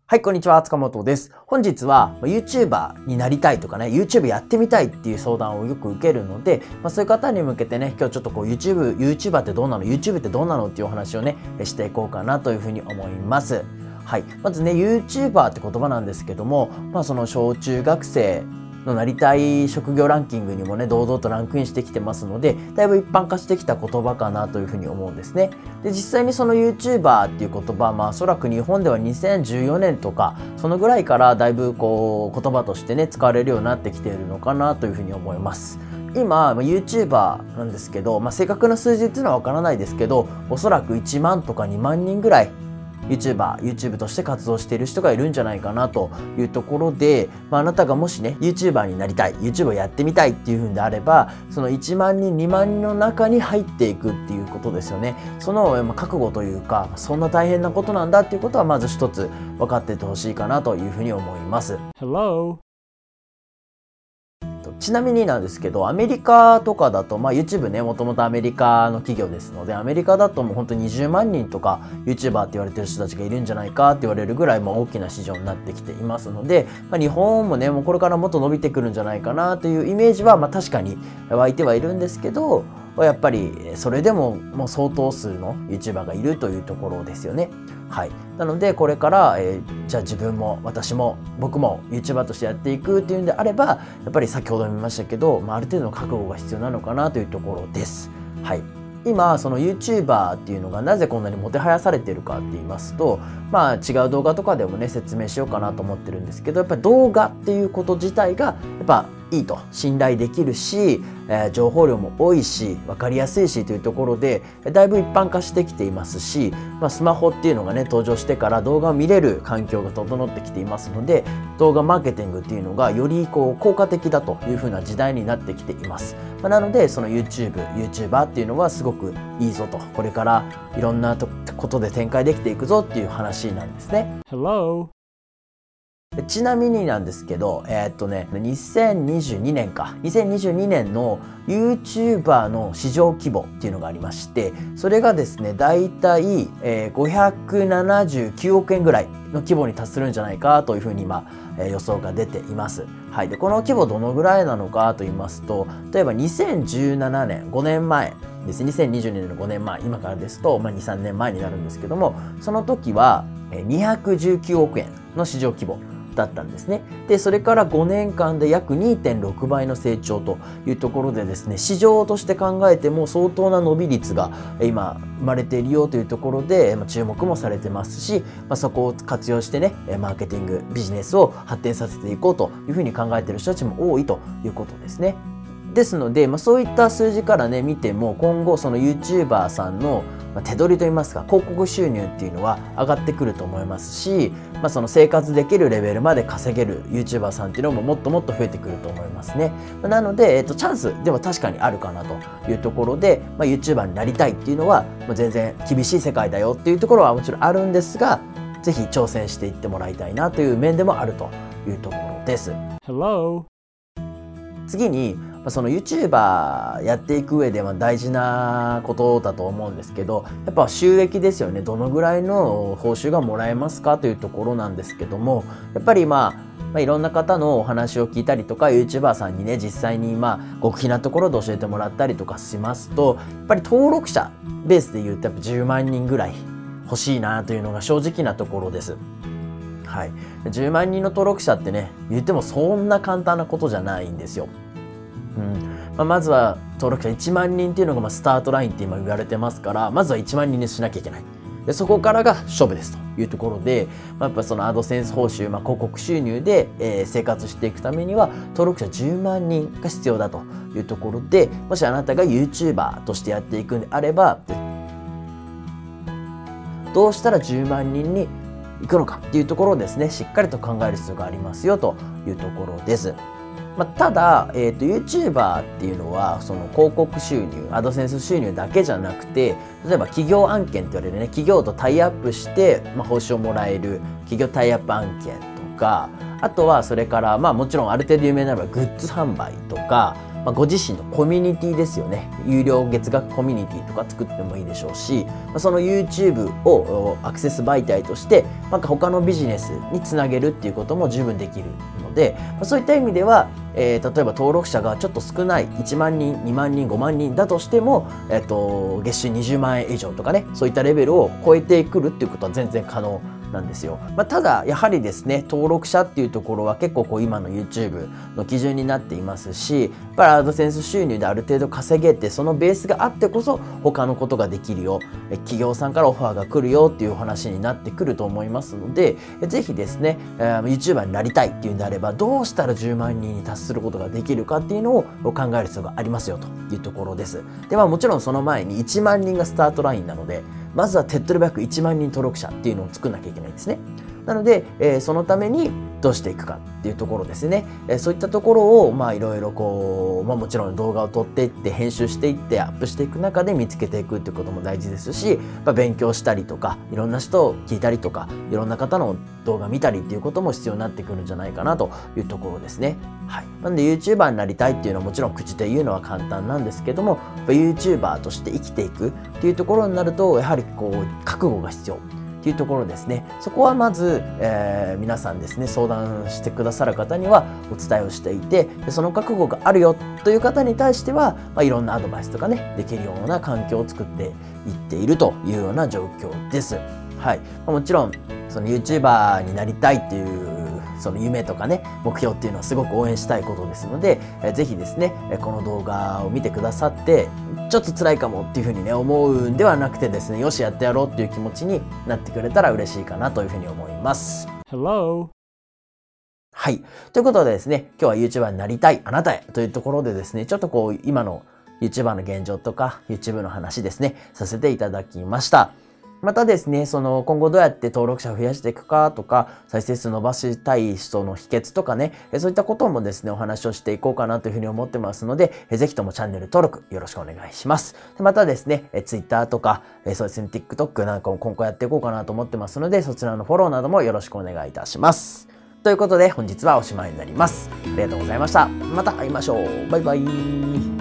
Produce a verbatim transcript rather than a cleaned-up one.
はい、こんにちは、塚本です。本日は YouTuber になりたいとかね、YouTube やってみたいっていう相談をよく受けるので、まあ、そういう方に向けてね、今日ちょっとこう YouTube、YouTuber ってどうなの ?YouTube ってどうなのっていうお話をね、していこうかなというふうに思います。はい。まずね、YouTuber って言葉なんですけども、まあその小中学生のなりたい職業ランキングにもね、堂々とランクインしてきてますので、だいぶ一般化してきた言葉かなというふうに思うんですね。で、実際にその YouTuber っていう言葉、まあおそらく日本ではにせんじゅうよねんとか、そのぐらいからだいぶこう言葉としてね、使われるようになってきているのかなというふうに思います。今、YouTuber なんですけど、まあ正確な数字っていうのはわからないですけど、おそらくいちまんとかにまんにんぐらいYouTuber、YouTube として活動している人がいるんじゃないかなというところで、まあ、あなたがもしね、YouTuber になりたい、YouTube をやってみたいっていう風であれば、そのいちまんにん、にまんにんの中に入っていくっていうことですよね。その、まあ、覚悟というか、そんな大変なことなんだっていうことはまず一つ分かっていてほしいかなというふうに思います。 Hello。 ちなみになんですけど、アメリカとかだと、まあ YouTube ね、もともとアメリカの企業ですので、アメリカだともう本当ににじゅうまんにんとか YouTuber って言われてる人たちがいるんじゃないかって言われるぐらいも大きな市場になってきていますので、まあ、日本もね、もうこれからもっと伸びてくるんじゃないかなというイメージは、まあ確かに湧いてはいるんですけど、やっぱりそれでももう相当数の YouTuber がいるというところですよね。はい。なのでこれから、えー、じゃあ自分も私も僕も YouTuber としてやっていくっていうんであれば、やっぱり先ほども言いましたけど、まあ、ある程度の覚悟が必要なのかなというところです。はい。今その YouTuber っていうのがなぜこんなにもてはやされているかって言いますと、まあ違う動画とかでもね説明しようかなと思ってるんですけど、やっぱり動画っていうこと自体がやっぱいいと信頼できるし、えー、情報量も多いし分かりやすいしというところでだいぶ一般化してきていますし、まあ、スマホっていうのがね登場してから動画を見れる環境が整ってきていますので、動画マーケティングっていうのがよりこう効果的だというふうな時代になってきています。まあ、なのでその YouTube、YouTuber っていうのはすごくいいぞと、これからいろんなことで展開できていくぞっていう話なんですね。 Hello。 ちなみになんですけど、えー、っとね、にせんにじゅうにねんか。にせんにじゅうにねんの YouTuber の市場規模っていうのがありまして、それがですね、だいたいごひゃくななじゅうきゅうおくえんぐらいの規模に達するんじゃないかというふうに今、予想が出ています。はい。で、この規模どのぐらいなのかと言いますと、例えばにせんじゅうななねん、ごねんまえです。にせんにじゅうにねんのごねんまえ、今からですと、まあ、に、さんねんまえになるんですけども、その時はにひゃくじゅうきゅうおくえんの市場規模だったんですね。で、それからごねんかんで約 にてんろくばいの成長というところでですね、市場として考えても相当な伸び率が今生まれているよというところで注目もされてますし、まあ、そこを活用してね、マーケティング、ビジネスを発展させていこうというふうに考えている人たちも多いということですね。ですので、まあ、そういった数字からね見ても、今後その YouTuber さんの手取りといいますか広告収入っていうのは上がってくると思いますし、まあ、その生活できるレベルまで稼げる YouTuber さんっていうのももっともっと増えてくると思いますね。なので、えっと、チャンスでは確かにあるかなというところで、まあ、YouTuber になりたいっていうのは、まあ、全然厳しい世界だよっていうところはもちろんあるんですが、ぜひ挑戦していってもらいたいなという面でもあるというところです。 Hello。 次にその YouTuber やっていく上では大事なことだと思うんですけど、やっぱ収益ですよね。どのぐらいの報酬がもらえますかというところなんですけども、やっぱりまあまあ、いろんな方のお話を聞いたりとか YouTuber さんにね実際にまあ極秘なところで教えてもらったりとかしますと、やっぱり登録者ベースで言うとやっぱじゅうまんにんぐらい欲しいなというのが正直なところです。はい、じゅうまんにんの登録者ってね言ってもそんな簡単なことじゃないんですよ。うんまあ、まずは登録者いちまんにんっていうのがまあスタートラインって今言われてますから、まずはいちまんにんにしなきゃいけない。でそこからが勝負ですというところで、まあ、やっぱそのアドセンス報酬、まあ、広告収入で、えー、生活していくためには登録者じゅうまんにんが必要だというところで、もしあなたが YouTuber としてやっていくんであれば、どうしたらじゅうまんにんに行くのかっていうところをですね、しっかりと考える必要がありますよというところです。まあ、ただ、えーと、YouTuber っていうのはその広告収入、アドセンス収入だけじゃなくて、例えば企業案件って言われるね、企業とタイアップして、まあ、報酬をもらえる企業タイアップ案件とか、あとはそれからまあもちろんある程度有名なのはグッズ販売とか、 まあ、ご自身のコミュニティですよね。有料月額コミュニティとか作ってもいいでしょうし、まあ、その YouTube をアクセス媒体として、なんか他のビジネスにつなげるっていうことも十分できるので、まあ、そういった意味では、えー、例えば登録者がちょっと少ないいちまんにん、にまんにん、ごまんにんだとしても、えっと、月収にじゅうまんえん以上とかね、そういったレベルを超えてくるっていうことは全然可能なんですよ。まあ、ただ、やはりですね、登録者っていうところは結構こう今の YouTube の基準になっていますし、やっぱりアドセンス収入である程度稼げて、そのベースがあってこそ他のことができるよ、企業さんからオファーが来るよっていうお話になってくると思いますので、ぜひですね、えー、YouTuber になりたいっていうんであれば、どうしたらじゅうまんにんに達することができるかっていうのを考える必要がありますよというところです。で、まあもちろんその前にいちまんにんがスタートラインなので、まずは手っ取り早くいちまんにん登録者っていうのを作んなきゃいけないんですね。なので、えー、そのためにどうしていくかっていうところですね。えー、そういったところを、まあいろいろこう、まあもちろん動画を撮っていって、編集していって、アップしていく中で見つけていくっていうことも大事ですし、まあ、勉強したりとか、いろんな人を聞いたりとか、いろんな方の動画見たりっていうことも必要になってくるんじゃないかなというところですね。はい。なんで YouTuber になりたいっていうのはもちろん口で言うのは簡単なんですけども、YouTuber として生きていくっていうところになると、やはりこう、覚悟が必要。っていうところですね。そこはまず、えー、皆さんですね、相談してくださる方にはお伝えをしていて、その覚悟があるよという方に対しては、まあ、いろんなアドバイスとかね、できるような環境を作っていっているというような状況です。はい。もちろん、その YouTuber になりたいっていうその夢とかね、目標っていうのはすごく応援したいことですので、えー、ぜひですね、この動画を見てくださって、ちょっと辛いかもっていうふうにね、思うんではなくてですね、よしやってやろうっていう気持ちになってくれたら嬉しいかなというふうに思います。 Hello! はい。ということでですね、今日は YouTuber になりたいあなたへというところでですね、ちょっとこう、今の YouTuber の現状とか、YouTube の話ですね、させていただきました。またですね、その今後どうやって登録者を増やしていくかとか、再生数伸ばしたい人の秘訣とかね、そういったこともですね、お話をしていこうかなというふうに思ってますので、ぜひともチャンネル登録よろしくお願いします。またですね、Twitter とか、そうですね、TikTok なんかも今後やっていこうかなと思ってますので、そちらのフォローなどもよろしくお願いいたします。ということで、本日はおしまいになります。ありがとうございました。また会いましょう。バイバイ。